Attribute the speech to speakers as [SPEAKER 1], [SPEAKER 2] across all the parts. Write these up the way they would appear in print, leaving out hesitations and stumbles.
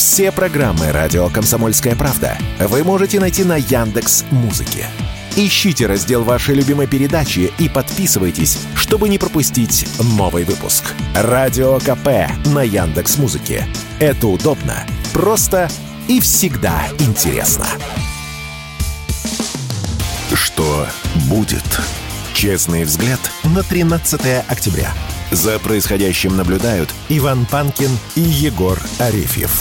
[SPEAKER 1] Все программы «Радио Комсомольская правда» вы можете найти на Яндекс.Музыке. Ищите раздел вашей любимой передачи и подписывайтесь, чтобы не пропустить новый выпуск. Радио КП на Яндекс.Музыке. Это удобно, просто и всегда интересно. Что будет? Честный взгляд на 13 октября. За происходящим наблюдают Иван Панкин и Егор Арефьев.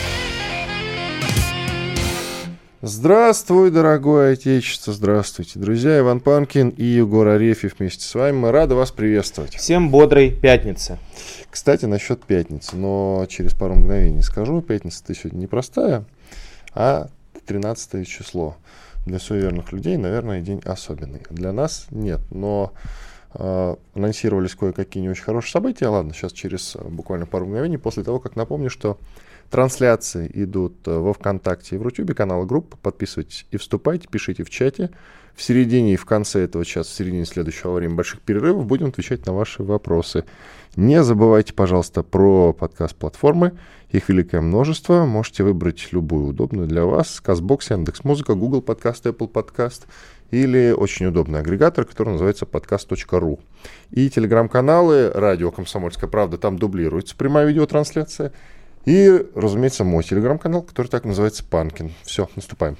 [SPEAKER 2] Здравствуй, дорогое Отечество, здравствуйте, друзья. Иван Панкин и Егор Арефьев вместе с вами. Мы рады вас приветствовать.
[SPEAKER 3] Всем бодрой пятницы.
[SPEAKER 2] Кстати, насчет пятницы, но через пару мгновений скажу. Пятница-то сегодня непростая, а 13 число. Для суеверных людей, наверное, день особенный. Для нас нет, но анонсировались кое-какие не очень хорошие события. Ладно, сейчас через буквально пару мгновений, после того, как напомню, что трансляции идут во ВКонтакте и в Рутюбе, каналы группы. Подписывайтесь и вступайте, пишите в чате. В середине и в конце этого часа, в середине следующего во время больших перерывов будем отвечать на ваши вопросы. Не забывайте, пожалуйста, про подкаст-платформы. Их великое множество. Можете выбрать любую удобную для вас. Казбокс, Яндекс.Музыка, Google Подкаст, Apple Подкаст. Или очень удобный агрегатор, который называется podcast.ru. И телеграм-каналы «Радио Комсомольская правда». Там дублируется прямая видеотрансляция. И, разумеется, мой телеграм-канал, который так называется «Панкин». Все, наступаем.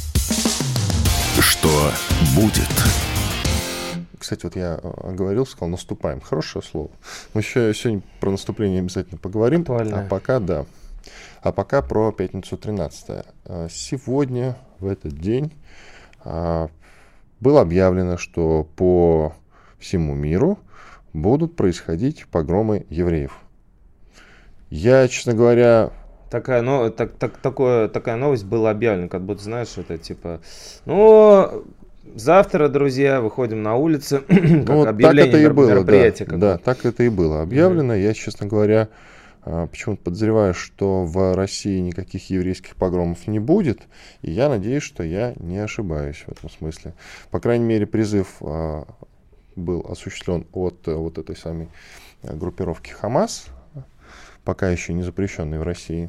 [SPEAKER 1] Что будет?
[SPEAKER 2] Кстати, вот я говорил, сказал «наступаем». Хорошее слово. Мы еще сегодня про наступление обязательно поговорим.
[SPEAKER 3] Актуально.
[SPEAKER 2] А пока, да. А пока про пятницу 13. Сегодня, в этот день, было объявлено, что по всему миру будут происходить погромы евреев. Я, честно говоря...
[SPEAKER 3] Такая новость была объявлена, как будто, знаешь, это типа... Завтра, друзья, выходим на улицы, как объявление мероприятия.
[SPEAKER 2] Да, так это и было объявлено. Я, честно говоря, почему-то подозреваю, что в России никаких еврейских погромов не будет. И я надеюсь, что я не ошибаюсь в этом смысле. По крайней мере, призыв был осуществлен от вот этой самой группировки «Хамас», пока еще не запрещенной в России.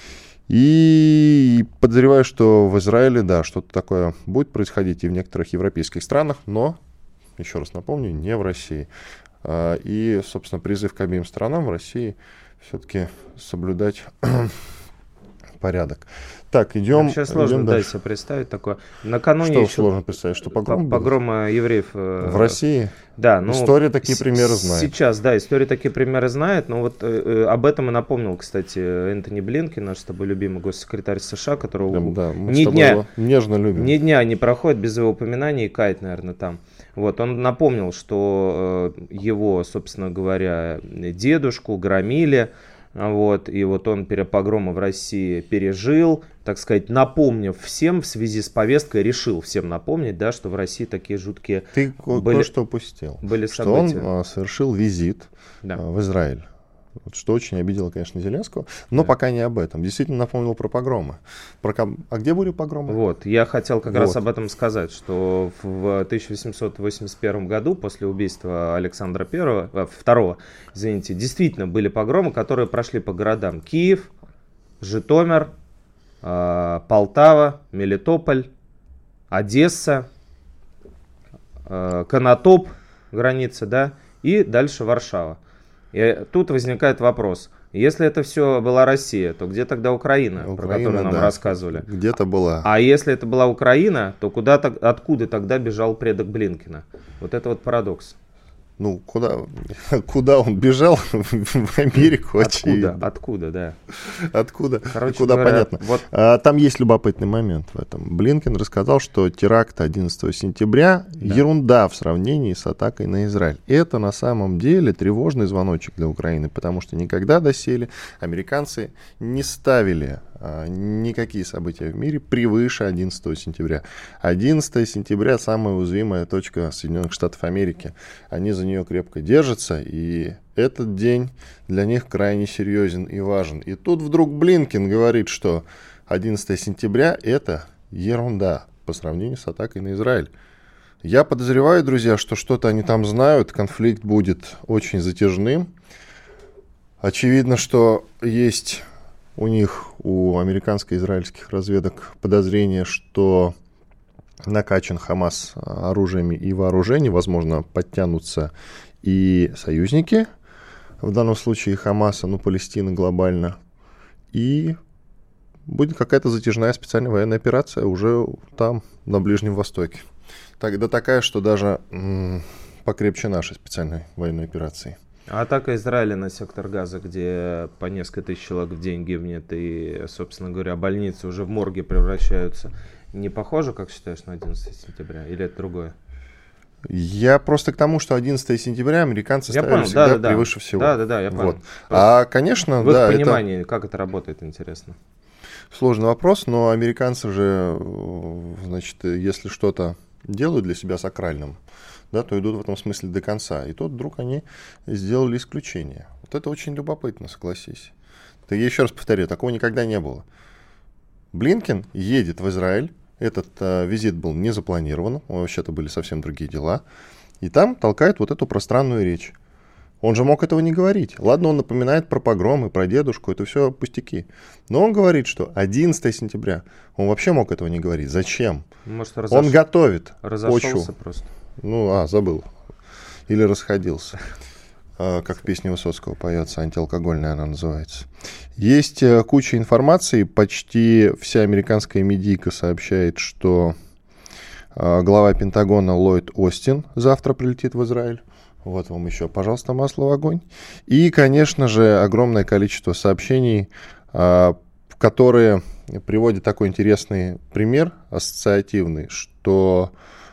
[SPEAKER 2] И подозреваю, что в Израиле, да, что-то такое будет происходить и в некоторых европейских странах, но, еще раз напомню, не в России. И, собственно, призыв к обеим сторонам в России все-таки соблюдать порядок. Так, идем.
[SPEAKER 3] Сейчас сложно
[SPEAKER 2] дальше.
[SPEAKER 3] себе представить такое. Накануне
[SPEAKER 2] что
[SPEAKER 3] еще
[SPEAKER 2] сложно представить, что
[SPEAKER 3] погрома евреев
[SPEAKER 2] в России?
[SPEAKER 3] Да,
[SPEAKER 2] история такие примеры знает.
[SPEAKER 3] Сейчас, да, история такие примеры знает, но вот об этом и напомнил, кстати, Энтони Блинкен, наш с тобой любимый госсекретарь США, которого
[SPEAKER 2] мы с тобой его нежно любим.
[SPEAKER 3] Ни дня не проходит без его упоминания, и кает, наверное, там. Вот, он напомнил, что его, собственно говоря, дедушку громили. Вот, и вот он погромы в России пережил, так сказать, напомнив всем в связи с повесткой, решил всем напомнить, да, что в России такие жуткие
[SPEAKER 2] Ты кое-что упустил.
[SPEAKER 3] Были
[SPEAKER 2] что
[SPEAKER 3] события.
[SPEAKER 2] Он совершил визит в Израиль. Вот, что очень обидело, конечно, Зеленского, но пока не об этом. Действительно напомнил про погромы. А где были погромы?
[SPEAKER 3] Вот, я хотел как раз об этом сказать, что в 1881 году, после убийства Александра II, действительно были погромы, которые прошли по городам: Киев, Житомир, Полтава, Мелитополь, Одесса, Конотоп, граница, да, и дальше Варшава. И тут возникает вопрос: если это все была Россия, то где тогда Украина, про которую нам рассказывали?
[SPEAKER 2] Где-то была.
[SPEAKER 3] А если это была Украина, то откуда тогда бежал предок Блинкена? Вот это вот парадокс.
[SPEAKER 2] Ну, куда он бежал? В Америку, очевидно.
[SPEAKER 3] Откуда, да.
[SPEAKER 2] Откуда?
[SPEAKER 3] Короче
[SPEAKER 2] куда,
[SPEAKER 3] говоря,
[SPEAKER 2] понятно.
[SPEAKER 3] Вот...
[SPEAKER 2] Там есть любопытный момент в этом. Блинкен рассказал, что теракт 11 сентября ерунда в сравнении с атакой на Израиль. Это на самом деле тревожный звоночек для Украины, потому что никогда доселе американцы не ставили никакие события в мире превыше 11 сентября. 11 сентября самая уязвимая точка Соединенных Штатов Америки. Они за нее крепко держатся, и этот день для них крайне серьезен и важен. И тут вдруг Блинкен говорит, что 11 сентября это ерунда по сравнению с атакой на Израиль. Я подозреваю, друзья, что что-то они там знают, конфликт будет очень затяжным. Очевидно, что есть у них у американско-израильских разведок подозрение, что накачан Хамас оружиями и вооружением, возможно, подтянутся и союзники, в данном случае Хамаса, Палестины глобально, и будет какая-то затяжная специальная военная операция уже там, на Ближнем Востоке. Да такая, что даже покрепче нашей специальной военной операции.
[SPEAKER 3] А атака Израиля на сектор Газа, где по несколько тысяч человек в день гибнет, и, собственно говоря, больницы уже в морги превращаются, не похоже, как считаешь, на 11 сентября? Или это другое?
[SPEAKER 2] Я просто к тому, что 11 сентября американцы ставили всегда превыше всего.
[SPEAKER 3] Да, я понял.
[SPEAKER 2] А, конечно,
[SPEAKER 3] в их понимании, как это работает, интересно.
[SPEAKER 2] Сложный вопрос, но американцы же, значит, если что-то делают для себя сакральным, да, то идут в этом смысле до конца. И тут вдруг они сделали исключение. Вот это очень любопытно, согласись. Я еще раз повторю, такого никогда не было. Блинкен едет в Израиль. Этот визит был не запланирован. Вообще-то были совсем другие дела. И там толкает вот эту пространную речь. Он же мог этого не говорить. Ладно, он напоминает про погромы, про дедушку, это все пустяки. Но он говорит, что 11 сентября. Он вообще мог этого не говорить. Зачем?
[SPEAKER 3] Может,
[SPEAKER 2] он готовит
[SPEAKER 3] разошелся
[SPEAKER 2] почву.
[SPEAKER 3] Просто.
[SPEAKER 2] Забыл. Или расходился. Как в песне Высоцкого поется, антиалкогольная она называется. Есть куча информации. Почти вся американская медийка сообщает, что глава Пентагона Ллойд Остин завтра прилетит в Израиль. Вот вам еще, пожалуйста, масло в огонь. И, конечно же, огромное количество сообщений, которые приводят такой интересный пример, ассоциативный, что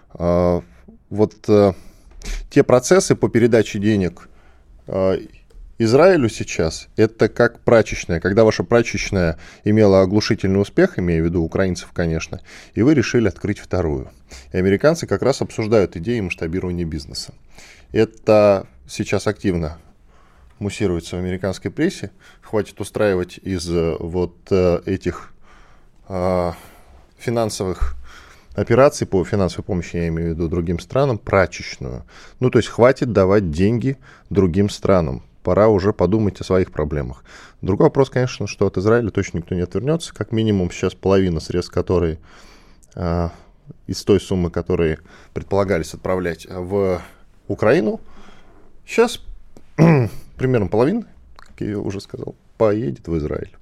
[SPEAKER 2] те процессы по передаче денег Израилю сейчас, это как прачечная. Когда ваша прачечная имела оглушительный успех, имея в виду украинцев, конечно, и вы решили открыть вторую. И американцы как раз обсуждают идеи масштабирования бизнеса. Это сейчас активно муссируется в американской прессе. Хватит устраивать из этих финансовых операций по финансовой помощи, я имею в виду другим странам, прачечную. То есть хватит давать деньги другим странам. Пора уже подумать о своих проблемах. Другой вопрос, конечно, что от Израиля точно никто не отвернется. Как минимум сейчас половина средств, которые из той суммы, которые предполагались отправлять в Украину, сейчас примерно половина, как я уже сказал, поедет в Израиль.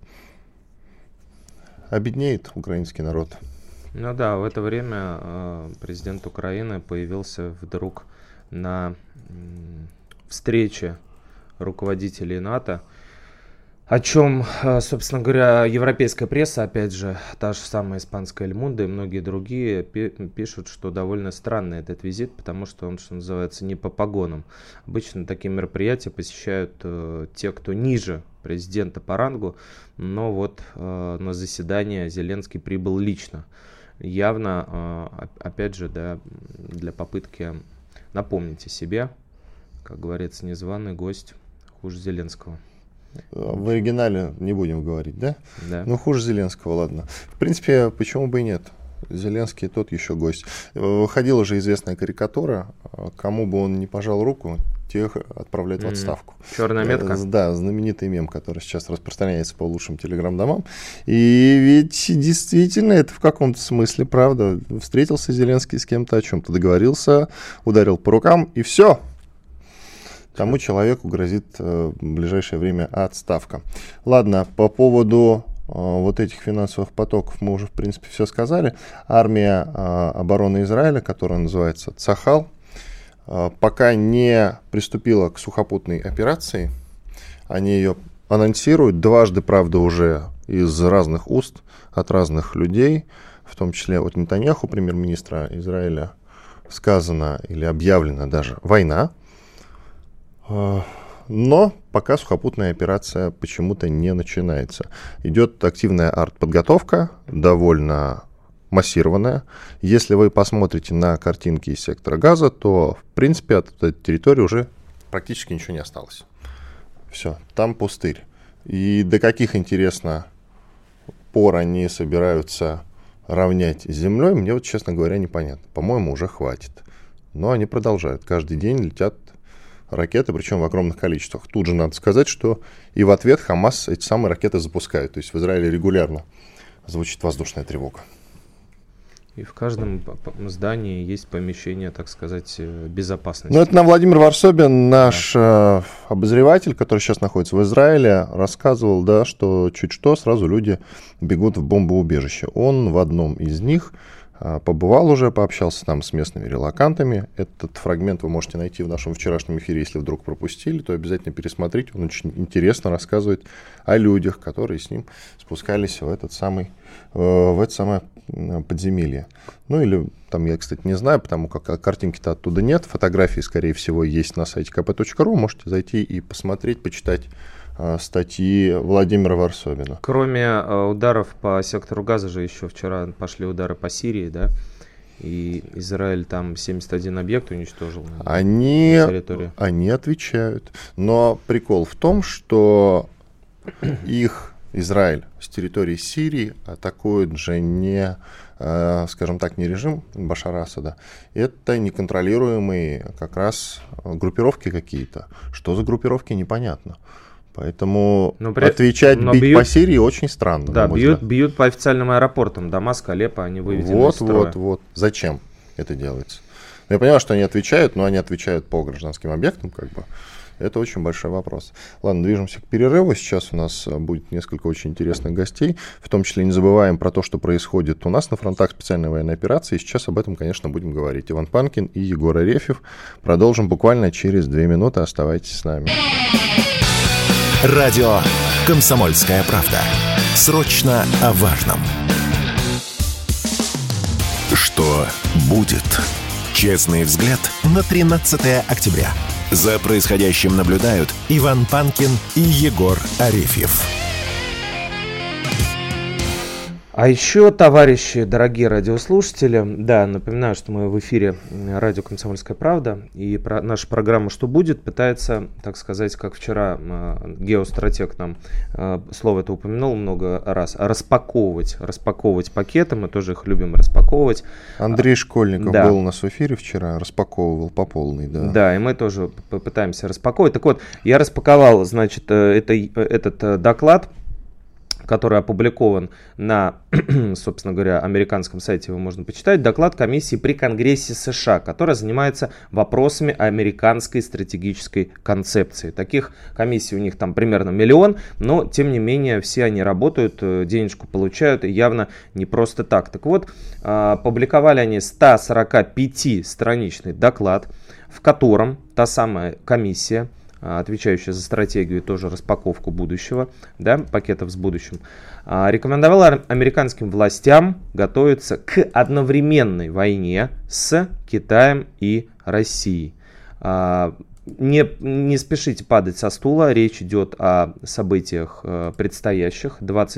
[SPEAKER 2] Обеднеет украинский народ.
[SPEAKER 3] В это время президент Украины появился вдруг на встрече руководителей НАТО, о чем, собственно говоря, европейская пресса, опять же, та же самая испанская Эль Мундо и многие другие пишут, что довольно странный этот визит, потому что он, что называется, не по погонам. Обычно такие мероприятия посещают те, кто ниже президента по рангу, но на заседание Зеленский прибыл лично. Явно, опять же, для попытки напомнить о себе, как говорится, незваный гость хуже Зеленского.
[SPEAKER 2] В оригинале не будем говорить, да?
[SPEAKER 3] Да.
[SPEAKER 2] Хуже Зеленского, ладно. В принципе, почему бы и нет? Зеленский тот еще гость. Выходила же известная карикатура, кому бы он не пожал руку, тех отправляют в отставку.
[SPEAKER 3] Черная метка.
[SPEAKER 2] Да, знаменитый мем, который сейчас распространяется по лучшим телеграм-домам. И ведь действительно это в каком-то смысле правда. Встретился Зеленский с кем-то, о чем-то договорился, ударил по рукам, и все. Тому человеку грозит в ближайшее время отставка. Ладно, по поводу этих финансовых потоков мы уже, в принципе, все сказали. Армия обороны Израиля, которая называется Цахал, пока не приступила к сухопутной операции. Они ее анонсируют дважды, правда, уже из разных уст, от разных людей, в том числе от Нетаньяху, премьер-министра Израиля, сказано или объявлена даже война. Но пока сухопутная операция почему-то не начинается. Идет активная артподготовка, довольно массированная. Если вы посмотрите на картинки из сектора Газа, то, в принципе, от этой территории уже практически ничего не осталось. Все, там пустырь. И до каких, интересно, пор они собираются равнять с землей, мне, честно говоря, непонятно. По-моему, уже хватит. Но они продолжают. Каждый день летят ракеты, причем в огромных количествах. Тут же надо сказать, что и в ответ Хамас эти самые ракеты запускают. То есть в Израиле регулярно звучит воздушная тревога.
[SPEAKER 3] И в каждом здании есть помещение, так сказать, безопасности.
[SPEAKER 2] Ну, это нам Владимир Варсобин, наш обозреватель, который сейчас находится в Израиле, рассказывал, да, что чуть что, сразу люди бегут в бомбоубежище. Он в одном из них побывал уже, пообщался там с местными релокантами. Этот фрагмент вы можете найти в нашем вчерашнем эфире, если вдруг пропустили, то обязательно пересмотрите. Он очень интересно рассказывает о людях, которые с ним спускались в это самое подземелье. Ну или там, я, кстати, не знаю, потому как картинки-то оттуда нет. Фотографии, скорее всего, есть на сайте kp.ru. Можете зайти и посмотреть, почитать статьи Владимира Варсобина.
[SPEAKER 3] Кроме ударов по сектору Газа же еще вчера пошли удары по Сирии, да? И Израиль там 71 объект уничтожил.
[SPEAKER 2] Они отвечают. Но прикол в том, что их Израиль с территории Сирии атакует же не, скажем так, не режим Башара Асада. Это неконтролируемые как раз группировки какие-то. Что за группировки, непонятно. Поэтому отвечать, бить по Сирии очень странно.
[SPEAKER 3] Да, бьют по официальным аэропортам. Дамаск, Алеппо, они выведены из строя.
[SPEAKER 2] Вот. Зачем это делается? Я понимаю, что они отвечают, но они отвечают по гражданским объектам, как бы. Это очень большой вопрос. Ладно, движемся к перерыву. Сейчас у нас будет несколько очень интересных гостей. В том числе не забываем про то, что происходит у нас на фронтах специальной военной операции. И сейчас об этом, конечно, будем говорить. Иван Панкин и Егор Арефьев. Продолжим буквально через 2 минуты. Оставайтесь с нами.
[SPEAKER 1] Радио «Комсомольская правда». Срочно о важном. Что будет? Честный взгляд на 13 октября. За происходящим наблюдают Иван Панкин и Егор Арефьев.
[SPEAKER 3] А еще, товарищи, дорогие радиослушатели, да, напоминаю, что мы в эфире радио «Комсомольская правда», и наша программа «Что будет» пытается, так сказать, как вчера геостратег нам слово это упомянул много раз, распаковывать пакеты, мы тоже их любим распаковывать.
[SPEAKER 2] Андрей Школьников был у нас в эфире вчера, распаковывал по полной, да.
[SPEAKER 3] Да, и мы тоже попытаемся распаковывать. Так вот, я распаковал, значит, этот доклад, который опубликован на, собственно говоря, американском сайте, его можно почитать, доклад комиссии при Конгрессе США, которая занимается вопросами американской стратегической концепции. Таких комиссий у них там примерно 1 миллион, но, тем не менее, все они работают, денежку получают, и явно не просто так. Так вот, публиковали они 145-страничный доклад, в котором та самая комиссия, отвечающая за стратегию и тоже распаковку будущего, да, пакетов с будущим, рекомендовала американским властям готовиться к одновременной войне с Китаем и Россией. Не спешите падать со стула, речь идет о событиях предстоящих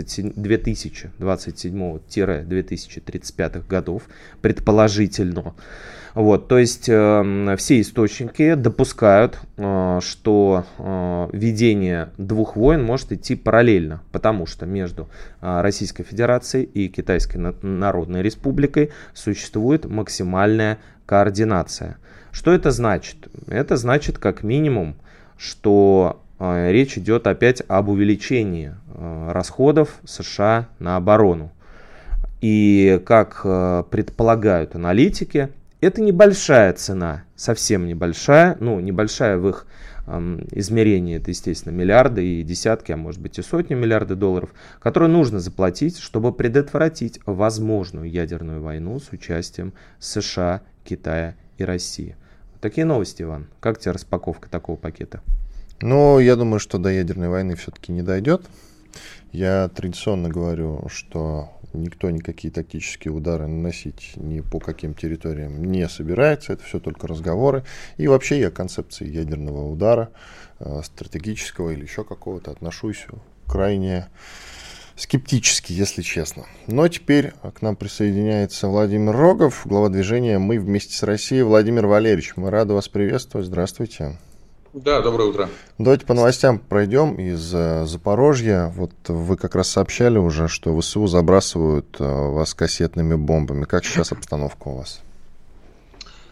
[SPEAKER 3] 2027-2035 годов, предположительно. Вот, то есть все источники допускают, что ведение 2 войн может идти параллельно, потому что между Российской Федерацией и Китайской Народной Республикой существует максимальная координация. Что это значит? Это значит как минимум, что речь идет опять об увеличении расходов США на оборону. И как предполагают аналитики, это небольшая цена, совсем небольшая, небольшая в их измерении, это, естественно, миллиарды и десятки, а может быть и сотни миллиардов долларов, которые нужно заплатить, чтобы предотвратить возможную ядерную войну с участием США, Китая и России. Вот такие новости, Иван. Как тебе распаковка такого пакета?
[SPEAKER 2] Я думаю, что до ядерной войны все-таки не дойдет. Я традиционно говорю, что никто никакие тактические удары наносить ни по каким территориям не собирается. Это все только разговоры. И вообще я к концепции ядерного удара, стратегического или еще какого-то, отношусь крайне скептически, если честно. Но теперь к нам присоединяется Владимир Рогов, глава движения «Мы вместе с Россией». Владимир Валерьевич, мы рады вас приветствовать. Здравствуйте.
[SPEAKER 4] Да, доброе утро.
[SPEAKER 2] Давайте по новостям пройдем из Запорожья. Вот вы как раз сообщали уже, что ВСУ забрасывают вас кассетными бомбами. Как сейчас обстановка у вас?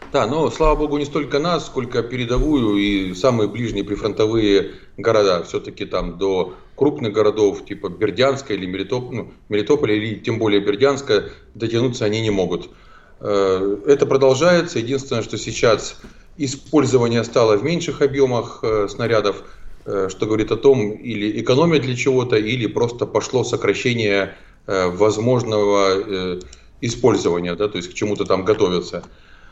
[SPEAKER 4] Да, но, слава богу, не столько нас, сколько передовую и самые ближние прифронтовые города. Все-таки там до крупных городов типа Бердянска или Мелитополя, или тем более Бердянска, дотянуться они не могут. Это продолжается. Единственное, что сейчас использование стало в меньших объемах снарядов, что говорит о том, или экономия для чего-то, или просто пошло сокращение возможного использования, да, то есть к чему-то там готовятся.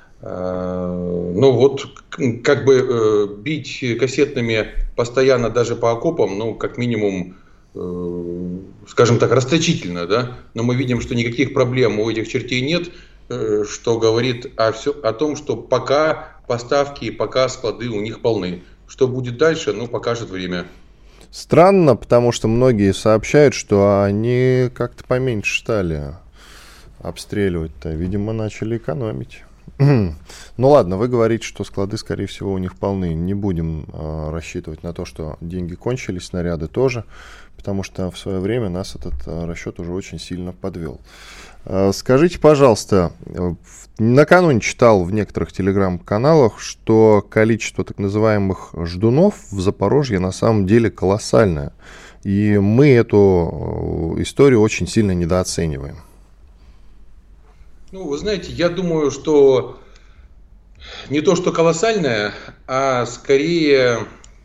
[SPEAKER 4] Ну вот, как бы бить кассетными постоянно даже по окопам, ну, как минимум, скажем так, расточительно, да, но мы видим, что никаких проблем у этих чертей нет, что говорит о том, что пока поставки и пока склады у них полны. Что будет дальше, ну, покажет время.
[SPEAKER 2] Странно, потому что многие сообщают, что они как-то поменьше стали обстреливать-то. Видимо, начали экономить. Ну ладно, вы говорите, что склады, скорее всего, у них полны. Не будем рассчитывать на то, что деньги кончились, снаряды тоже, потому что в свое время нас этот расчет уже очень сильно подвел. Скажите, пожалуйста, накануне читал в некоторых телеграм-каналах, что количество так называемых ждунов в Запорожье на самом деле колоссальное. И мы эту историю очень сильно недооцениваем.
[SPEAKER 4] Ну, вы знаете, я думаю, что не то, что колоссальное, а скорее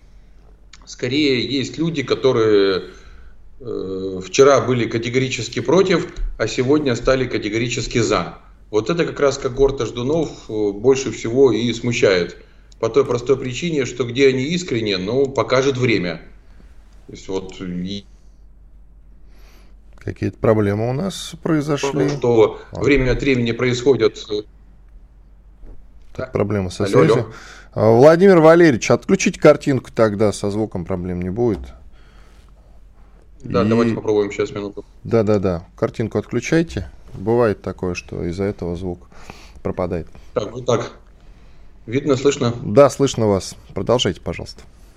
[SPEAKER 4] есть люди, которые вчера были категорически против, а сегодня стали категорически за. Вот это как раз когорта ждунов больше всего и смущает. По той простой причине, что где они искренне, ну, покажет время. То есть вот...
[SPEAKER 2] Какие-то проблемы у нас произошли.
[SPEAKER 4] Что время от времени происходят...
[SPEAKER 2] Так, проблемы со связью. Владимир Валерьевич, отключите картинку тогда, со звуком проблем не будет.
[SPEAKER 4] Да, давайте попробуем сейчас минуту.
[SPEAKER 2] Да. Картинку отключайте. Бывает такое, что из-за этого звук пропадает.
[SPEAKER 4] Так, вот так. Видно, слышно?
[SPEAKER 2] Да, слышно вас. Продолжайте, пожалуйста.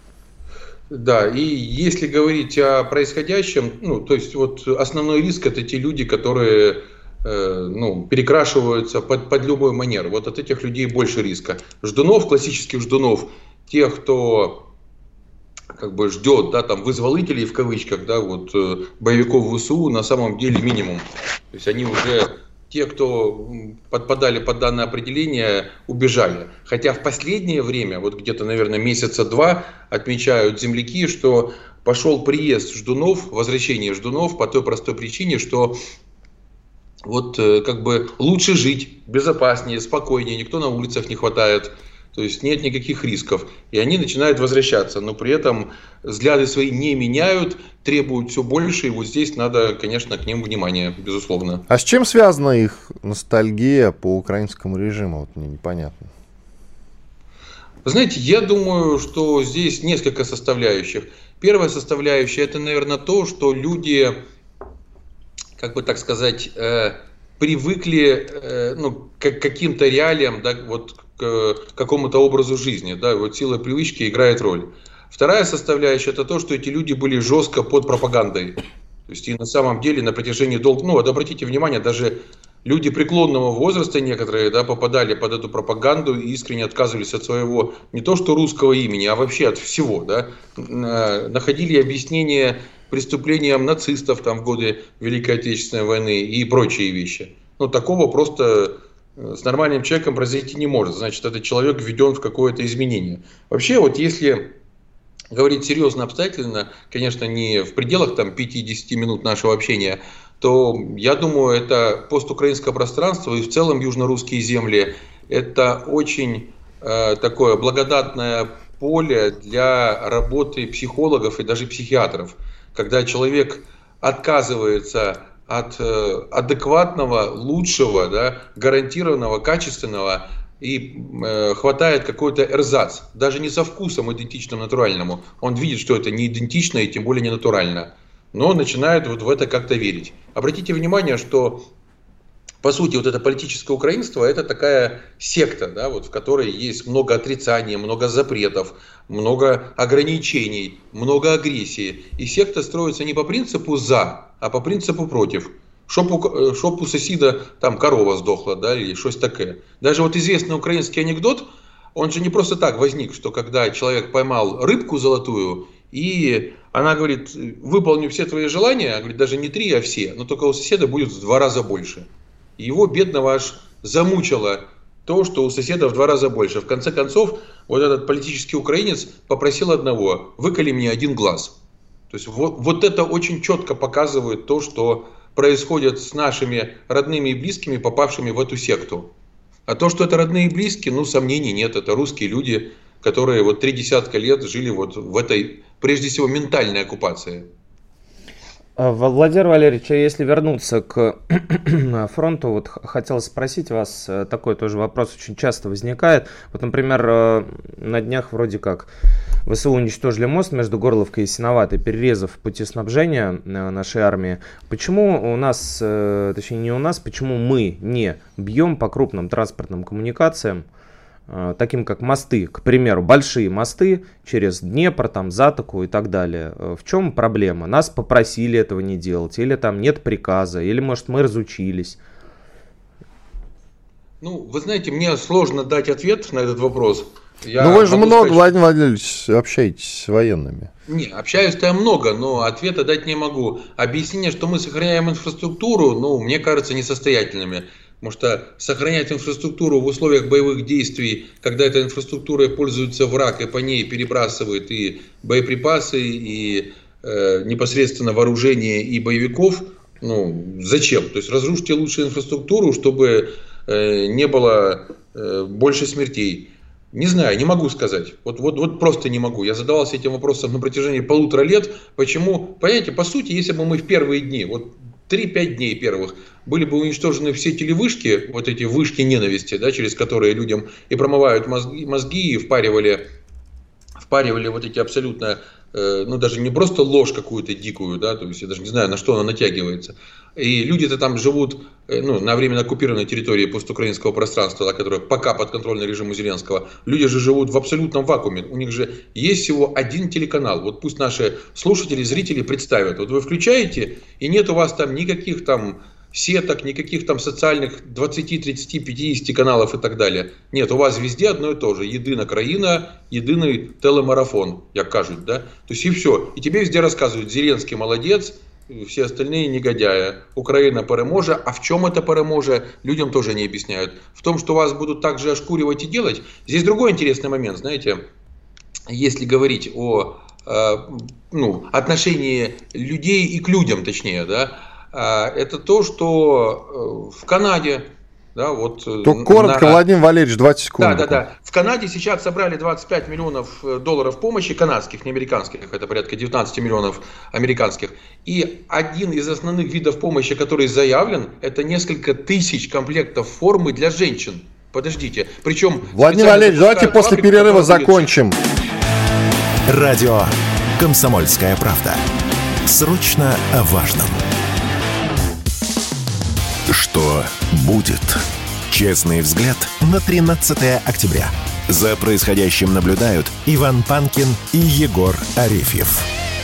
[SPEAKER 4] Да, и если говорить о происходящем, ну, то есть вот основной риск — это те люди, которые перекрашиваются под любой манер. Вот от этих людей больше риска. Ждунов, классических ждунов, тех, кто как бы ждет, да, там, вызволителей в кавычках, да, вот, боевиков ВСУ, на самом деле минимум. То есть они уже, те, кто подпадали под данное определение, убежали. Хотя в последнее время, вот где-то, наверное, месяца два, отмечают земляки, что пошел приезд ждунов, возвращение ждунов по той простой причине, что вот как бы лучше жить, безопаснее, спокойнее, никто на улицах не хватает. То есть нет никаких рисков. И они начинают возвращаться, но при этом взгляды свои не меняют, требуют все больше. И вот здесь надо, конечно, к ним внимание, безусловно.
[SPEAKER 2] А с чем связана их ностальгия по украинскому режиму? Вот мне непонятно.
[SPEAKER 4] Вы знаете, я думаю, что здесь несколько составляющих. Первая составляющая — это, наверное, то, что люди, как бы так сказать, привыкли к каким-то реалиям, да, вот, к какому-то образу жизни, да, вот сила привычки играет роль. Вторая составляющая — это то, что эти люди были жестко под пропагандой. То есть и на самом деле на протяжении вот обратите внимание, даже люди преклонного возраста некоторые, да, попадали под эту пропаганду и искренне отказывались от своего не то что русского имени, а вообще от всего, да, находили объяснение преступлениям нацистов там в годы Великой Отечественной войны и прочие вещи. Ну, такого просто с нормальным человеком произойти не может. Значит, этот человек введен в какое-то изменение. Вообще, вот если говорить серьезно, обстоятельно, конечно, не в пределах там 5-10 минут нашего общения, то я думаю, это постукраинское пространство и в целом южно-русские земли — это очень такое благодатное поле для работы психологов и даже психиатров. Когда человек отказывается от адекватного, лучшего, да, гарантированного, качественного и хватает какой-то эрзац, даже не со вкусом идентичным натуральному. Он видит, что это не идентично и тем более не натурально, но начинает вот в это как-то верить. Обратите внимание, что по сути вот это политическое украинство — это такая секта, да, вот, в которой есть много отрицаний, много запретов, много ограничений, много агрессии. И секта строится не по принципу «за», а по принципу «против». Щоб у сусіда там корова сдохла, да, или что-то такое. Даже вот известный украинский анекдот, он же не просто так возник, что когда человек поймал рыбку золотую, и она говорит, выполню все твои желания, она говорит, даже не 3, а все, но только у соседа будет в 2 раза больше. И его, бедного, аж замучило то, что у соседа в 2 раза больше. В конце концов, вот этот политический украинец попросил одного, выколи мне 1 глаз. То есть вот это очень четко показывает то, что происходит с нашими родными и близкими, попавшими в эту секту. А то, что это родные и близкие, ну, сомнений нет. Это русские люди, которые вот 30 лет жили вот в этой, прежде всего, ментальной оккупации.
[SPEAKER 3] Владимир Валерьевич, если вернуться к фронту, вот хотел спросить вас, такой тоже вопрос очень часто возникает. Вот, например, на днях вроде как ВСУ уничтожили мост между Горловкой и Ясиноватой, перерезав пути снабжения нашей армии. Почему у нас, точнее не у нас, почему мы не бьем по крупным транспортным коммуникациям, таким как мосты, к примеру, большие мосты через Днепр, там, Затоку и так далее? В чем проблема? Нас попросили этого не делать, или там нет приказа, или, может, мы разучились?
[SPEAKER 4] Ну, вы знаете, мне сложно дать ответ на этот вопрос.
[SPEAKER 2] Ну, вы же много, Владимир Владимирович, общаетесь с военными.
[SPEAKER 4] Не, общаюсь-то я много, но ответа дать не могу. Объяснение, что мы сохраняем инфраструктуру, ну, мне кажется, несостоятельными. Потому что сохранять инфраструктуру в условиях боевых действий, когда этой инфраструктурой пользуется враг и по ней перебрасывает и боеприпасы, и непосредственно вооружение и боевиков, ну, зачем? То есть разрушьте лучше инфраструктуру, чтобы не было больше смертей. Не знаю, не могу сказать. Вот просто не могу. Я задавался этим вопросом на протяжении 1,5 лет. Почему? Понимаете, по сути, если бы мы в первые дни, вот 3-5 дней первых, были бы уничтожены все телевышки, вот эти вышки ненависти, да, через которые людям и промывают мозги и впаривали вот эти абсолютно, ну даже не просто ложь какую-то дикую, да, то есть я даже не знаю, на что она натягивается. И люди-то там живут, ну, на временно оккупированной территории постукраинского пространства, да, которое пока подконтрольно режиму Зеленского. Люди же живут в абсолютном вакууме. У них же есть всего 1 телеканал. Вот пусть наши слушатели, зрители представят. Вот вы включаете, и нет у вас там никаких там сеток, никаких там социальных 20, 30, 50 каналов и так далее. Нет, у вас везде одно и то же. Єдина країна, єдиний телемарафон, як кажуть, да? То есть и все. И тебе везде рассказывают, Зеленский молодец, все остальные негодяи. Украина переможе. А в чем это переможе, людям тоже не объясняют. В том, что вас будут также ошкуривать и делать. Здесь другой интересный момент, знаете, если говорить о отношении людей и к людям, точнее, да, это то, что в Канаде, да, вот...
[SPEAKER 2] То коротко, Владимир Валерьевич, 20 секунд.
[SPEAKER 4] Да. В Канаде сейчас собрали $25 миллионов помощи канадских, не американских, это порядка 19 миллионов американских. И один из основных видов помощи, который заявлен, это несколько тысяч комплектов формы для женщин. Подождите, причем...
[SPEAKER 2] Владимир Валерьевич, давайте после перерыва закончим.
[SPEAKER 1] Радио «Комсомольская правда». Срочно о важном. Что будет? Честный взгляд на 13 октября. За происходящим наблюдают Иван Панкин и Егор Арефьев.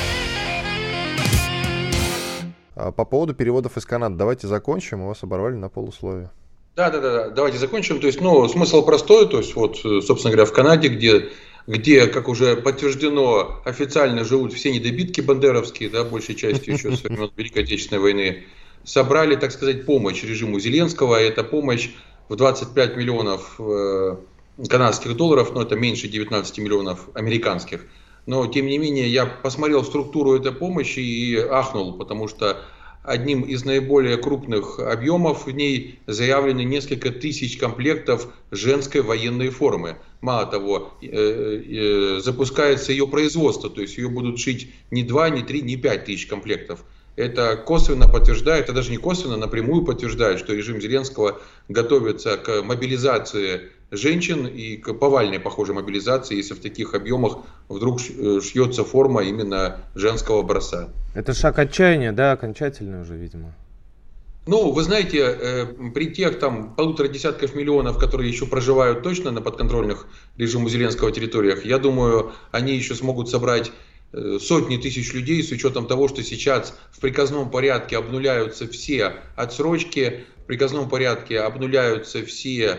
[SPEAKER 2] По поводу переводов из Канады давайте закончим. Мы вас оборвали на полусловие.
[SPEAKER 4] Да, давайте закончим. То есть, смысл простой. То есть, вот, собственно говоря, в Канаде, где, как уже подтверждено, официально живут все недобитки бандеровские, да, большей частью еще со времен Великой Отечественной войны, собрали, так сказать, помощь режиму Зеленского. Это помощь в 25 миллионов канадских долларов, но это меньше 19 миллионов американских. Но, тем не менее, я посмотрел структуру этой помощи и ахнул, потому что одним из наиболее крупных объемов в ней заявлены несколько тысяч комплектов женской военной формы. Мало того, запускается ее производство, то есть ее будут шить не 2, не 3, не 5 тысяч комплектов. Это косвенно подтверждает, это даже не косвенно, напрямую подтверждает, что режим Зеленского готовится к мобилизации женщин и к повальной, похожей мобилизации, если в таких объемах вдруг шьется форма именно женского образца.
[SPEAKER 3] Это шаг отчаяния, да, окончательный уже, видимо.
[SPEAKER 4] Ну, вы знаете, при тех там 1,5 миллионов, которые еще проживают точно на подконтрольных режиму Зеленского территориях, я думаю, они еще смогут собрать сотни тысяч людей, с учетом того, что сейчас в приказном порядке обнуляются все отсрочки, в приказном порядке обнуляются все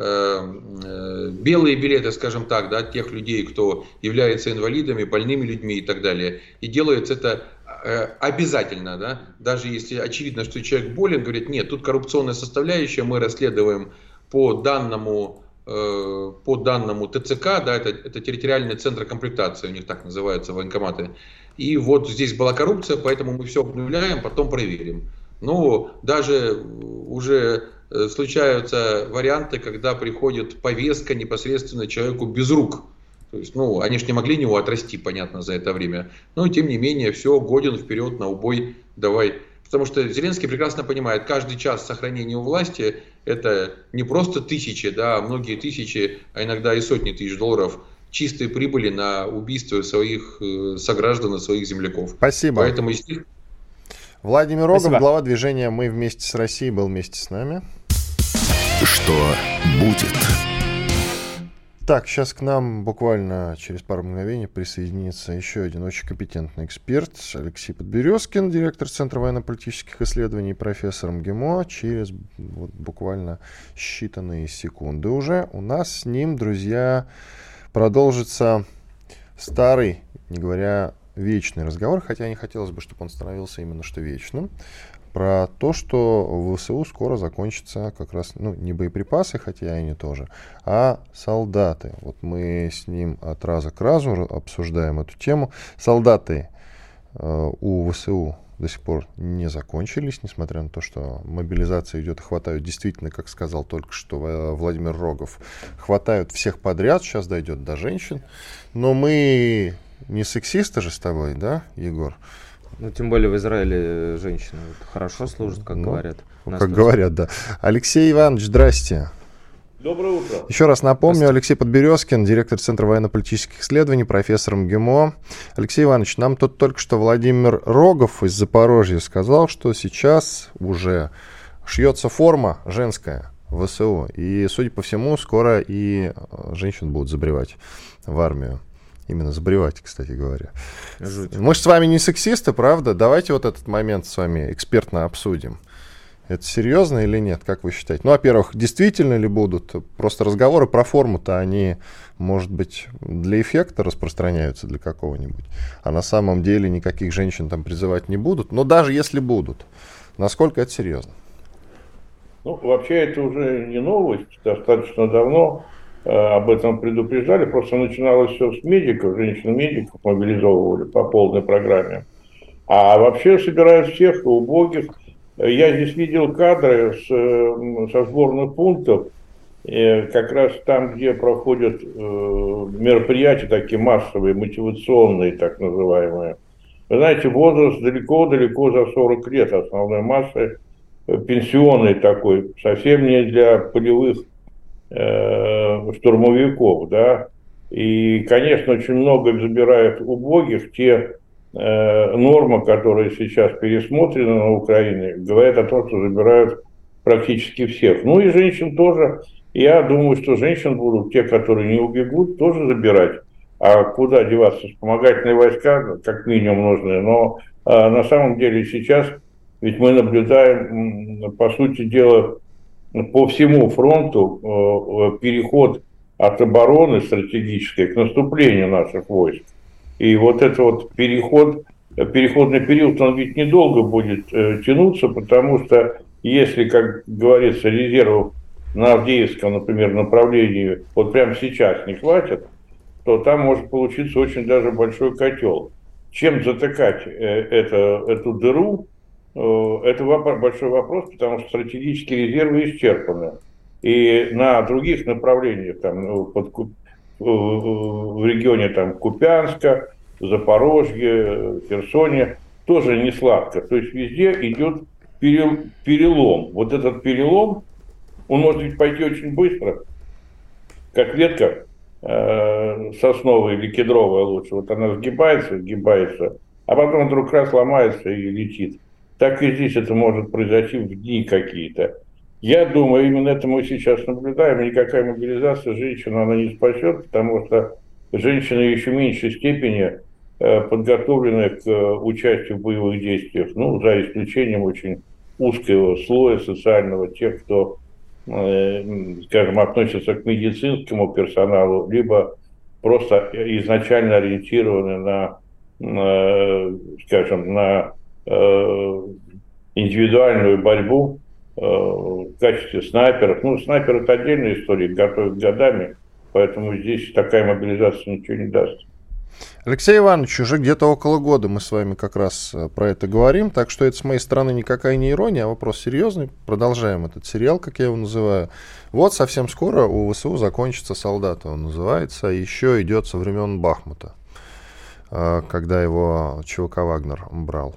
[SPEAKER 4] белые билеты, скажем так, да, тех людей, кто является инвалидами, больными людьми и так далее. И делается это обязательно, да, даже если очевидно, что человек болен, говорят, нет, тут коррупционная составляющая, мы расследуем по данному ТЦК, да, это территориальные центры комплектации, у них так называются военкоматы. И вот здесь была коррупция, поэтому мы все обнуляем, потом проверим. Но даже уже случаются варианты, когда приходит повестка непосредственно человеку без рук. То есть, они же не могли него отрасти, понятно, за это время. Но, тем не менее, все, годен вперед, на убой, давай. Потому что Зеленский прекрасно понимает, каждый час сохранения у власти – это не просто тысячи, да, а многие тысячи, а иногда и сотни тысяч долларов чистой прибыли на убийство своих сограждан и своих земляков.
[SPEAKER 2] Спасибо.
[SPEAKER 4] Поэтому,
[SPEAKER 2] Владимир Рогов, глава движения «Мы вместе с Россией», был вместе с нами.
[SPEAKER 1] Что будет?
[SPEAKER 2] Так, сейчас к нам буквально через пару мгновений присоединится еще один очень компетентный эксперт, Алексей Подберезкин, директор Центра военно-политических исследований, профессор МГИМО. Через буквально считанные секунды уже у нас с ним, друзья, продолжится старый, не говоря вечный разговор, хотя не хотелось бы, чтобы он становился именно что вечным, про то, что в ВСУ скоро закончатся как раз, не боеприпасы, хотя и они тоже, а солдаты. Вот мы с ним от раза к разу обсуждаем эту тему. Солдаты у ВСУ до сих пор не закончились, несмотря на то, что мобилизация идет и хватают, действительно, как сказал только что Владимир Рогов, хватают всех подряд, сейчас дойдет до женщин. Но мы не сексисты же с тобой, да, Егор?
[SPEAKER 3] Тем более в Израиле женщины хорошо служат, как говорят.
[SPEAKER 2] Как говорят, да. Алексей Иванович, здрасте.
[SPEAKER 5] Доброе утро.
[SPEAKER 2] Еще раз напомню, Алексей Подберезкин, директор Центра военно-политических исследований, профессор МГИМО. Алексей Иванович, нам тут только что Владимир Рогов из Запорожья сказал, что сейчас уже шьется форма женская в ВСУ. И, судя по всему, скоро и женщин будут забревать в армию. Именно забревать, кстати говоря.
[SPEAKER 3] Жуть.
[SPEAKER 2] Мы же с вами не сексисты, правда? Давайте вот этот момент с вами экспертно обсудим. Это серьезно или нет, как вы считаете? Во-первых, действительно ли будут? Просто разговоры про форму-то, они, может быть, для эффекта распространяются для какого-нибудь. А на самом деле никаких женщин там призывать не будут. Но даже если будут, насколько это серьезно?
[SPEAKER 5] Вообще это уже не новость. Достаточно давно об этом предупреждали. Просто начиналось все с медиков, женщин-медиков мобилизовывали по полной программе. А вообще собирают всех убогих. Я здесь видел кадры со сборных пунктов, как раз там, где проходят мероприятия такие массовые, мотивационные, так называемые. Вы знаете, возраст далеко-далеко за 40 лет основной массы, пенсионный такой, совсем не для полевых штурмовиков, да. И, конечно, очень много забирают убогих. Те нормы, которые сейчас пересмотрены на Украине, говорят о том, что забирают практически всех. И женщин тоже. Я думаю, что женщин будут, те, которые не убегут, тоже забирать. А куда деваться? Вспомогательные войска, как минимум, нужны. Но на самом деле сейчас, ведь мы наблюдаем, по сути дела, по всему фронту переход от обороны стратегической к наступлению наших войск. И вот этот вот переходный период, он ведь недолго будет тянуться, потому что если, как говорится, резервов на Авдеевском, например, направлении вот прямо сейчас не хватит, то там может получиться очень даже большой котел. Чем затыкать эту дыру, это большой вопрос, потому что стратегические резервы исчерпаны. И на других направлениях, там, в регионе там, Купянска, Запорожье, Херсоне, тоже не сладко. То есть везде идет перелом. Вот этот перелом, он может ведь пойти очень быстро, как ветка сосновая или кедровая лучше. Вот она сгибается, а потом вдруг раз ломается и летит. Так и здесь это может произойти в дни какие-то. Я думаю, именно это мы сейчас наблюдаем. Никакая мобилизация женщин она не спасет, потому что женщины в еще меньшей степени подготовлены к участию в боевых действиях, ну, за исключением очень узкого слоя социального, тех, кто, скажем, относится к медицинскому персоналу, либо просто изначально ориентированы на, скажем, на индивидуальную борьбу в качестве снайперов. Ну, снайпер – это отдельная история, готовят годами, поэтому здесь такая мобилизация ничего не даст.
[SPEAKER 2] Алексей Иванович, уже где-то около года мы с вами как раз про это говорим, так что это с моей стороны никакая не ирония, а вопрос серьезный. Продолжаем этот сериал, как я его называю. Вот совсем скоро у ВСУ закончится «Солдаты», он называется, еще идет со времен Бахмута, когда его ЧВК «Вагнер» брал.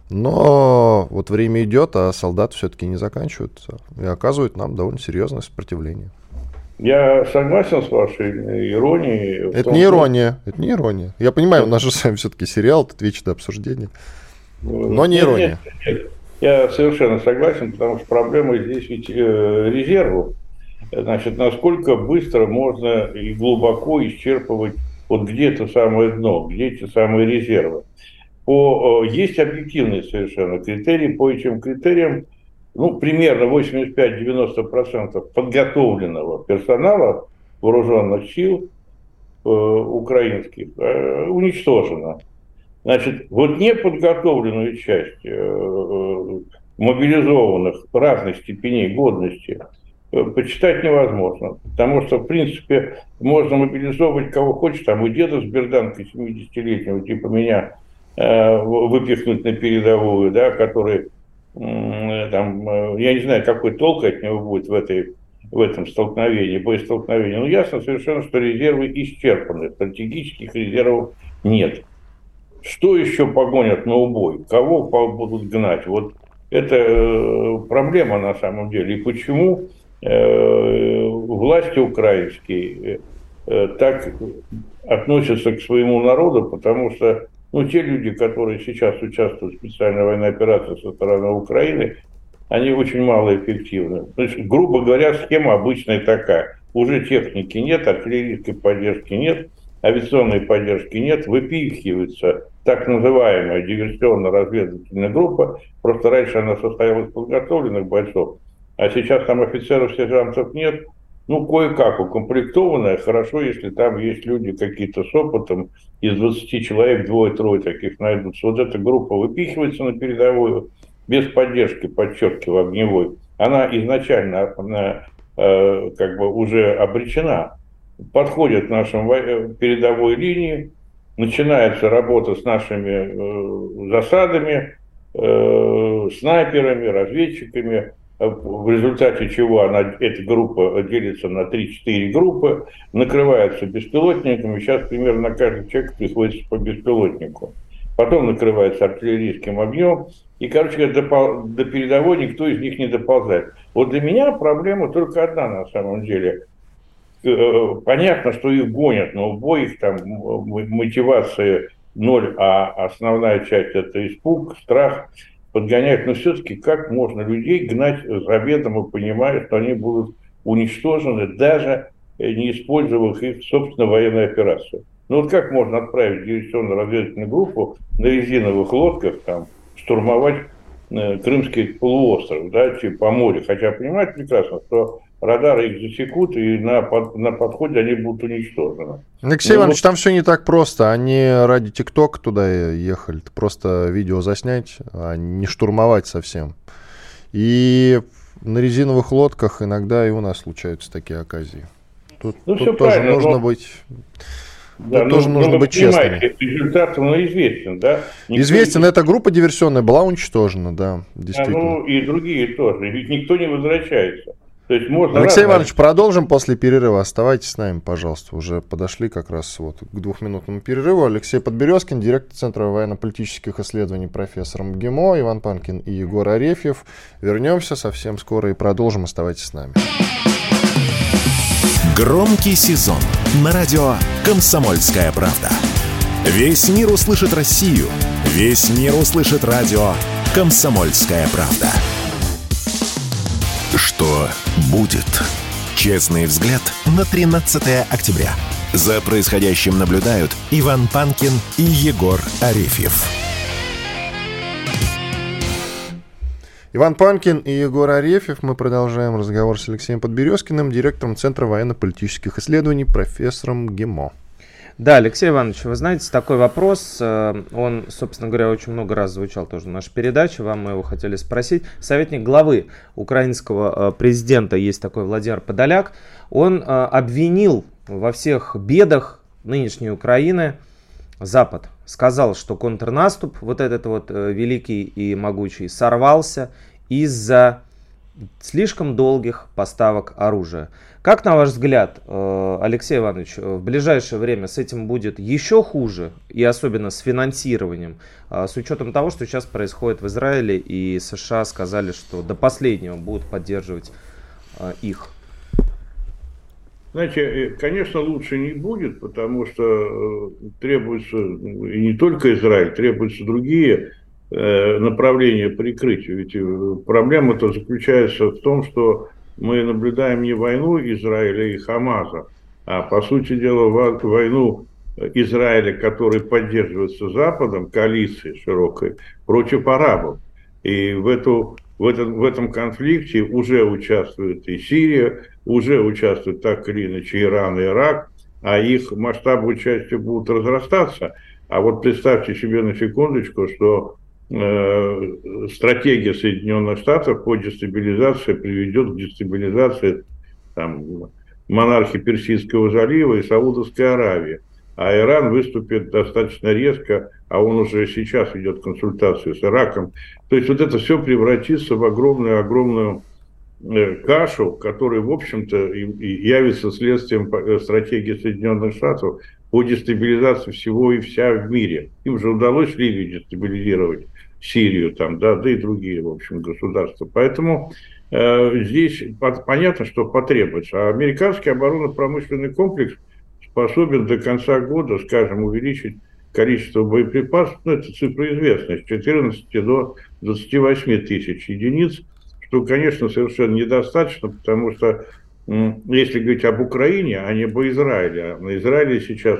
[SPEAKER 2] Но вот время идет, а солдаты все-таки не заканчиваются и оказывают нам довольно серьезное сопротивление.
[SPEAKER 5] Я согласен с вашей иронией.
[SPEAKER 2] Это не ирония, это не ирония. Я понимаю, у нас же с вами все-таки сериал, тут вечное обсуждение, но не ирония.
[SPEAKER 5] Нет. Я совершенно согласен, потому что проблема здесь ведь резервов. Значит, насколько быстро можно и глубоко исчерпывать вот где это самое дно, где эти самые резервы. Есть объективные совершенно критерии, по этим критериям, ну, примерно 85-90% подготовленного персонала вооруженных сил украинских уничтожено. Значит, вот неподготовленную часть мобилизованных разных степеней годности почитать невозможно, потому что, в принципе, можно мобилизовывать кого хочешь, там и деда с берданкой 70-летнего, типа меня, выпихнуть на передовую, да, который, там, я не знаю, какой толк от него будет в этом столкновении, боестолкновении. Но ясно совершенно, что резервы исчерпаны, стратегических резервов нет. Что еще погонят на убой? Кого будут гнать? Вот это проблема на самом деле. И почему власти украинские так относятся к своему народу? Потому что те люди, которые сейчас участвуют в специальной военной операции со стороны Украины, они очень малоэффективны. То есть, грубо говоря, схема обычная такая. Уже техники нет, артиллерийской поддержки нет, авиационной поддержки нет, выпихивается так называемая диверсионно-разведывательная группа. Просто раньше она состояла из подготовленных бойцов, а сейчас там офицеров, сержантов нет. Кое-как укомплектованная, хорошо, если там есть люди какие-то с опытом, из 20 человек 2-3 таких найдутся. Вот эта группа выпихивается на передовую, без поддержки, подчеркиваю, огневой. Она изначально как бы уже обречена. Подходит к нашим передовой линии, начинается работа с нашими засадами, снайперами, разведчиками, в результате чего эта группа делится на 3-4 группы, накрывается беспилотниками, сейчас примерно на каждый человек приходится по беспилотнику. Потом накрывается артиллерийским огнем, и, короче говоря, до передовой никто из них не доползает. Вот для меня проблема только одна на самом деле. Понятно, что их гонят на убой, их там мотивация ноль, а основная часть – это испуг, страх, подгоняют. Но все-таки как можно людей гнать заведомо, понимая, что они будут уничтожены, даже не использовав их собственно военную операцию? Вот как можно отправить диверсионно-разведывательную группу на резиновых лодках там штурмовать Крымский полуостров, да, по морю? Хотя понимать прекрасно, что радары их засекут, и на подходе они будут уничтожены.
[SPEAKER 2] Алексей Иванович, там все не так просто. Они ради ТикТока туда ехали. Просто видео заснять, а не штурмовать совсем. И на резиновых лодках иногда и у нас случаются такие оказии. Тут тоже нужно быть...
[SPEAKER 5] Да,
[SPEAKER 2] тоже нужно быть честным.
[SPEAKER 5] Результат известен, да?
[SPEAKER 2] Известен, эта группа диверсионная была уничтожена, да, действительно.
[SPEAKER 5] И другие тоже, ведь никто не возвращается. То есть можно
[SPEAKER 2] Алексей Иванович, продолжим после перерыва. Оставайтесь с нами, пожалуйста. Уже подошли как раз к 2-минутному перерыву. Алексей Подберезкин, директор Центра военно-политических исследований, профессор МГИМО, Иван Панкин и Егор Арефьев. Вернемся совсем скоро и продолжим. Оставайтесь с нами.
[SPEAKER 1] Громкий сезон на радио «Комсомольская правда». Весь мир услышит Россию. Весь мир услышит радио «Комсомольская правда». Что будет? Честный взгляд на 13 октября. За происходящим наблюдают Иван Панкин и Егор Арефьев.
[SPEAKER 2] Иван Панкин и Егор Арефьев. Мы продолжаем разговор с Алексеем Подберезкиным, директором Центра военно-политических исследований, профессором ГИМО.
[SPEAKER 3] Да, Алексей Иванович, вы знаете, такой вопрос, он, собственно говоря, очень много раз звучал тоже в нашей передаче, вам мы его хотели спросить. Советник главы украинского президента, есть такой Владимир Подоляк, он обвинил во всех бедах нынешней Украины Запад. Сказал, что контрнаступ, вот этот вот великий и могучий, сорвался из-за слишком долгих поставок оружия. Как, на ваш взгляд, Алексей Иванович, в ближайшее время с этим будет еще хуже, и особенно с финансированием, с учетом того, что сейчас происходит в Израиле, и США сказали, что до последнего будут поддерживать их?
[SPEAKER 5] Знаете, конечно, лучше не будет, потому что требуется, и не только Израиль, требуются другие направления прикрытия. Ведь проблема-то заключается в том, что мы наблюдаем не войну Израиля и Хамаса, а, по сути дела, войну Израиля, который поддерживается Западом, коалицией широкой, против арабов. И в этом конфликте уже участвует и Сирия, уже участвуют так или иначе Иран и Ирак, а их масштабы участия будут разрастаться. А вот представьте себе на секундочку, что стратегия Соединенных Штатов по дестабилизации приведет к дестабилизации монархии Персидского залива и Саудовской Аравии. А Иран выступит достаточно резко, а он уже сейчас ведет консультацию с Ираком. То есть вот это все превратится в огромную кашу, которая, в общем-то, и явится следствием стратегии Соединенных Штатов по дестабилизации всего и вся в мире. Им же удалось Ливию дестабилизировать, Сирию, да и другие, в общем, государства. Поэтому здесь понятно, что потребуется. А американский оборонно-промышленный комплекс способен до конца года, скажем, увеличить количество боеприпасов, это цифра известная, с 14 до 28 тысяч единиц, что, конечно, совершенно недостаточно, потому что, если говорить об Украине, а не об Израиле, а на Израиле сейчас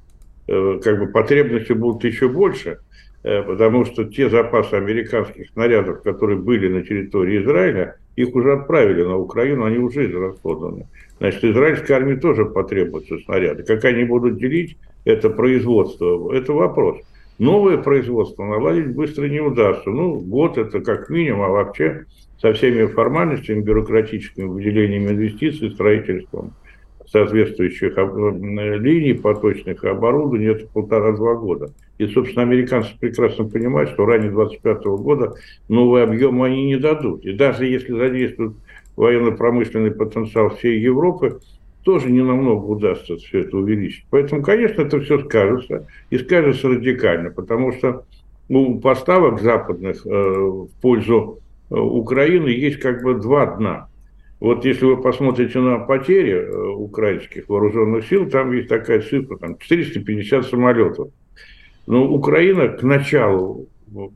[SPEAKER 5] потребности будут еще больше, потому что те запасы американских снарядов, которые были на территории Израиля, их уже отправили на Украину, они уже израсходованы. Значит, израильской армии тоже потребуются снаряды. Как они будут делить это производство, это вопрос. Новое производство наладить быстро не удастся. Год это как минимум, а вообще со всеми формальностями, бюрократическими выделениями инвестиций, строительством соответствующих линий поточных и оборудований, это 1,5-2 года. И, собственно, американцы прекрасно понимают, что ранее 2025 года новый объем они не дадут. И даже если задействуют военно-промышленный потенциал всей Европы, тоже не намного удастся все это увеличить. Поэтому, конечно, это все скажется, и скажется радикально, потому что у поставок западных в пользу Украины есть два дна. Вот если вы посмотрите на потери украинских вооруженных сил, там есть такая цифра, 450 самолетов. Но Украина к началу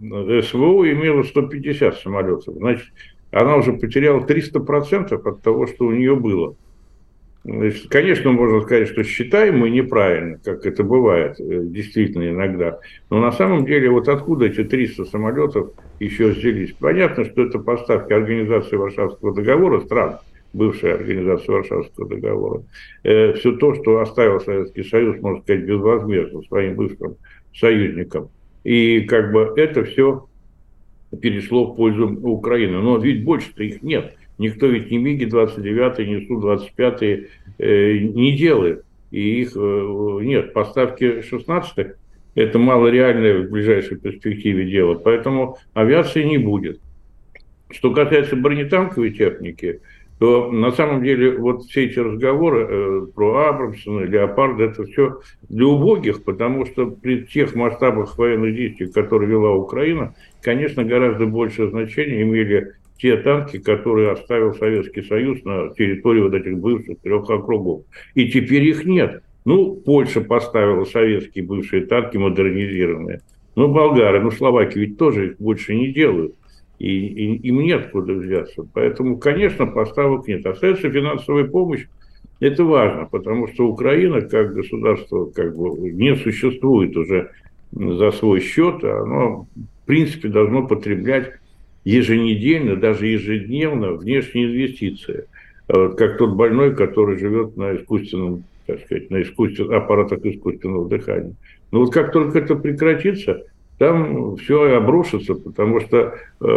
[SPEAKER 5] СВО имела 150 самолетов. Значит, она уже потеряла 300% от того, что у нее было. Значит, конечно, можно сказать, что считаем мы неправильно, как это бывает действительно иногда. Но на самом деле, вот откуда эти 300 самолетов еще взялись? Понятно, что это поставки Организации Варшавского договора, стран, бывшая Организация Варшавского договора. Все то, что оставил Советский Союз, можно сказать, безвозмездно своим бывшим союзникам. И это все перешло в пользу Украины. Но ведь больше-то их нет. Никто ведь ни МиГи-29, ни Су-25 не делает. И их нет. Поставки 16-х – это малореальное в ближайшей перспективе дело. Поэтому авиации не будет. Что касается бронетанковой техники, то на самом деле вот все эти разговоры про Абрамсона, Леопарда, это все для убогих, потому что при тех масштабах военных действий, которые вела Украина, конечно, гораздо большее значение имели те танки, которые оставил Советский Союз на территории вот этих бывших 3 округов. И теперь их нет. Польша поставила советские бывшие танки модернизированные. Болгары, Словаки ведь тоже их больше не делают. И им нет куда взяться. Поэтому, конечно, поставок нет. Остается финансовая помощь Это важно, потому что Украина как государство как бы не существует уже за свой счет, а оно в принципе должно потреблять еженедельно, даже ежедневно внешние инвестиции. Вот как тот больной, который живет на искусственном, так сказать, на аппаратах искусственного дыхания. Но вот как только это прекратится, там все обрушится, потому что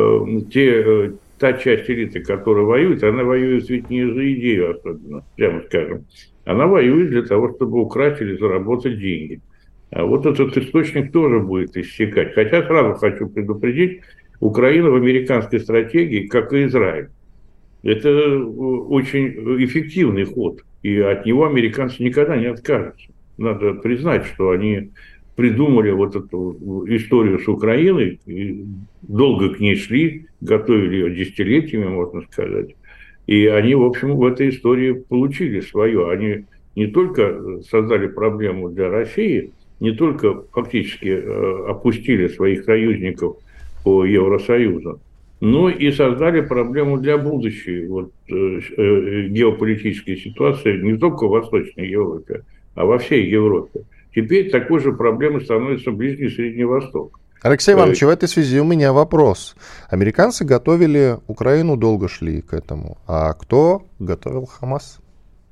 [SPEAKER 5] та часть элиты, которая воюет, она воюет ведь не за идею особенно, прямо скажем. Она воюет для того, чтобы украсть или заработать деньги. А вот этот источник тоже будет иссякать. Хотя сразу хочу предупредить, Украина в американской стратегии, как и Израиль. Это очень эффективный ход, и от него американцы никогда не откажутся. Надо признать, что они придумали вот эту историю с Украиной, и долго к ней шли, готовили ее десятилетиями, можно сказать. И они, в общем, в этой истории получили свое. Они не только создали проблему для России, не только фактически опустили своих союзников по Евросоюзу, но и создали проблему для будущей геополитической ситуации не только в Восточной Европе, а во всей Европе. Теперь такой же проблемой становится Ближний и Средний Восток.
[SPEAKER 2] Алексей Иванович, в этой связи у меня вопрос. Американцы готовили Украину, долго шли к этому. А кто готовил Хамас?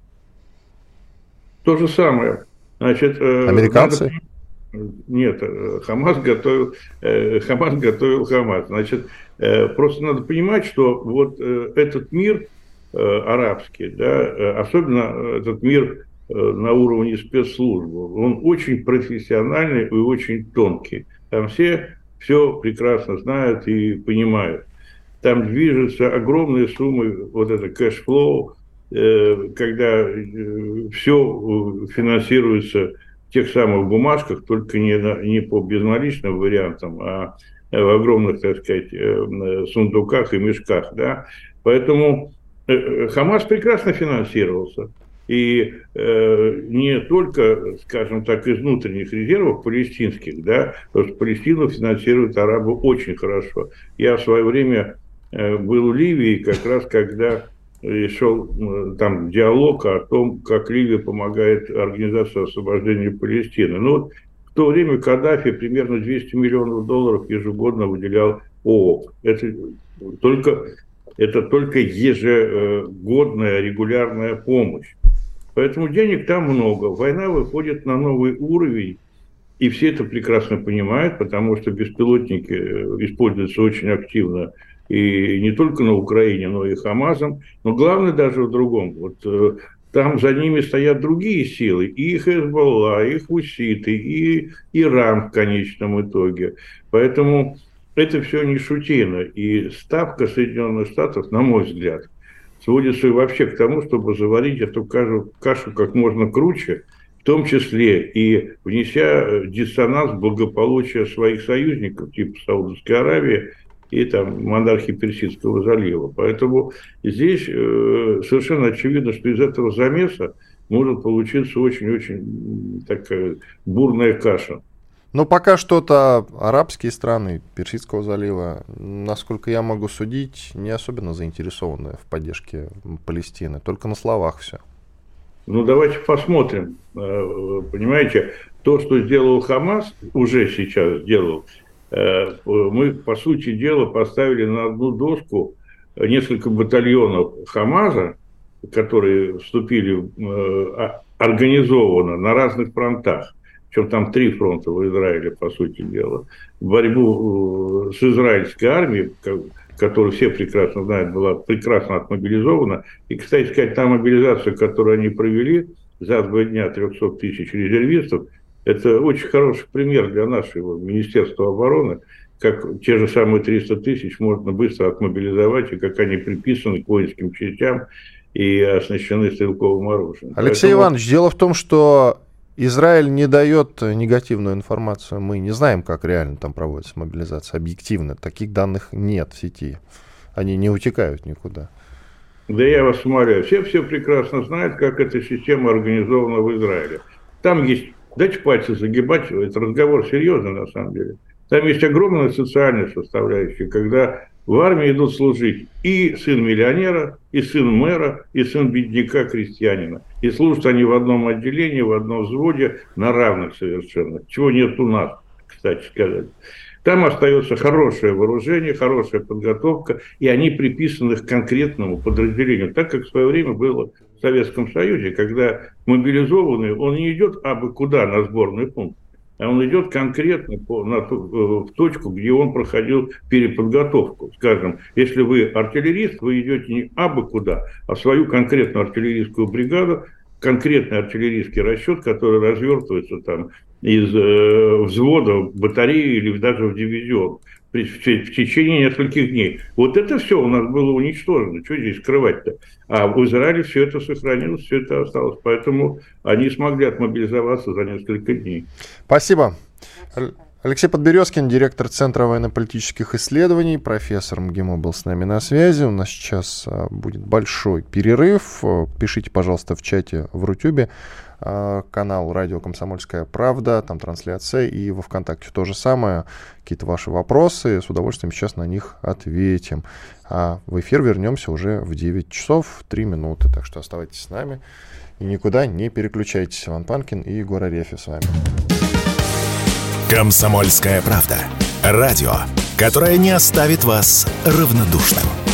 [SPEAKER 5] То же самое. Значит,
[SPEAKER 2] американцы?
[SPEAKER 5] Нет, Хамас готовил Хамас. Значит, просто надо понимать, что вот этот мир арабский, да, особенно этот мир на уровне спецслужб, он очень профессиональный и очень тонкий. Там все прекрасно знают и понимают. Там движутся огромные суммы, вот это кэшфлоу, когда все финансируется в тех самых бумажках, только не по безналичным вариантам, а в огромных, так сказать, сундуках и мешках. Да? Поэтому Хамас прекрасно финансировался. И не только, скажем так, из внутренних резервов палестинских, да, потому что Палестину финансируют арабы очень хорошо. Я в свое время был в Ливии, как раз когда шел там диалог о том, как Ливия помогает организации освобождения Палестины. Ну вот в то время Каддафи примерно $200 миллионов ежегодно выделял ООП. Это только ежегодная регулярная помощь. Поэтому денег там много. Война выходит на новый уровень, и все это прекрасно понимают, потому что беспилотники используются очень активно и не только на Украине, но и Хамасом. Но главное даже в другом. Вот там за ними стоят другие силы, и Хезболла, и хуситы, и Иран в конечном итоге. Поэтому это все не шутейно. И ставка Соединенных Штатов, на мой взгляд, сводится вообще к тому, чтобы заварить эту кашу как можно круче, в том числе и внеся диссонанс в благополучие своих союзников, типа Саудовской Аравии и там монархии Персидского залива. Поэтому здесь совершенно очевидно, что из этого замеса может получиться очень-очень такая бурная каша.
[SPEAKER 2] Ну, пока что-то арабские страны Персидского залива, насколько я могу судить, не особенно заинтересованы в поддержке Палестины. Только на словах все.
[SPEAKER 5] Ну, давайте посмотрим. Понимаете, то, что сделал Хамас, уже сейчас сделал, мы, по сути дела, поставили на одну доску несколько батальонов Хамаса, которые вступили организованно на разных фронтах. Причем там 3 фронта в Израиле, по сути дела. Борьбу с израильской армией, которую все прекрасно знают, была прекрасно отмобилизована. И, кстати сказать, та мобилизация, которую они провели за 2 дня 300 тысяч резервистов, это очень хороший пример для нашего Министерства обороны, как те же самые 300 тысяч можно быстро отмобилизовать, и как они приписаны к воинским частям и оснащены стрелковым оружием.
[SPEAKER 2] Алексей Иванович, дело в том, что Израиль не дает негативную информацию. Мы не знаем, как реально там проводится мобилизация. Объективно. Таких данных нет в сети. Они не утекают никуда.
[SPEAKER 5] Да я вас умоляю. Все прекрасно знают, как эта система организована в Израиле. Там есть... Дайте пальцы загибать. Это разговор серьезный, на самом деле. Там есть огромная социальная составляющая, когда В армию идут служить и сын миллионера, и сын мэра, и сын бедняка-крестьянина. И служат они в одном отделении, в одном взводе, на равных совершенно. Чего нет у нас, кстати сказать. Там остается хорошее вооружение, хорошая подготовка, и они приписаны к конкретному подразделению. Так как в свое время было в Советском Союзе, когда мобилизованный, он не идет абы куда на сборный пункт, а он идет конкретно в точку, где он проходил переподготовку. Скажем, если вы артиллерист, вы идете не абы куда, а в свою конкретную артиллерийскую бригаду, конкретный артиллерийский расчет, который развертывается там из взвода в батарею или даже в дивизион в течение нескольких дней. Вот это все у нас было уничтожено. Что здесь скрывать-то? А в Израиле все это сохранилось, все это осталось. Поэтому они смогли отмобилизоваться за несколько дней.
[SPEAKER 2] Спасибо. Алексей Подберезкин, директор Центра военно-политических исследований, профессор МГИМО был с нами на связи. У нас сейчас будет большой перерыв. Пишите, пожалуйста, в чате в Рутюбе. Канал «Радио Комсомольская правда», там трансляция, и во ВКонтакте то же самое. Какие-то ваши вопросы, с удовольствием сейчас на них ответим. А в эфир вернемся уже в 9 часов 3 минуты, так что оставайтесь с нами и никуда не переключайтесь. Иван Панкин и Егор Арефьев с вами.
[SPEAKER 1] «Комсомольская правда». Радио, которое не оставит вас равнодушным.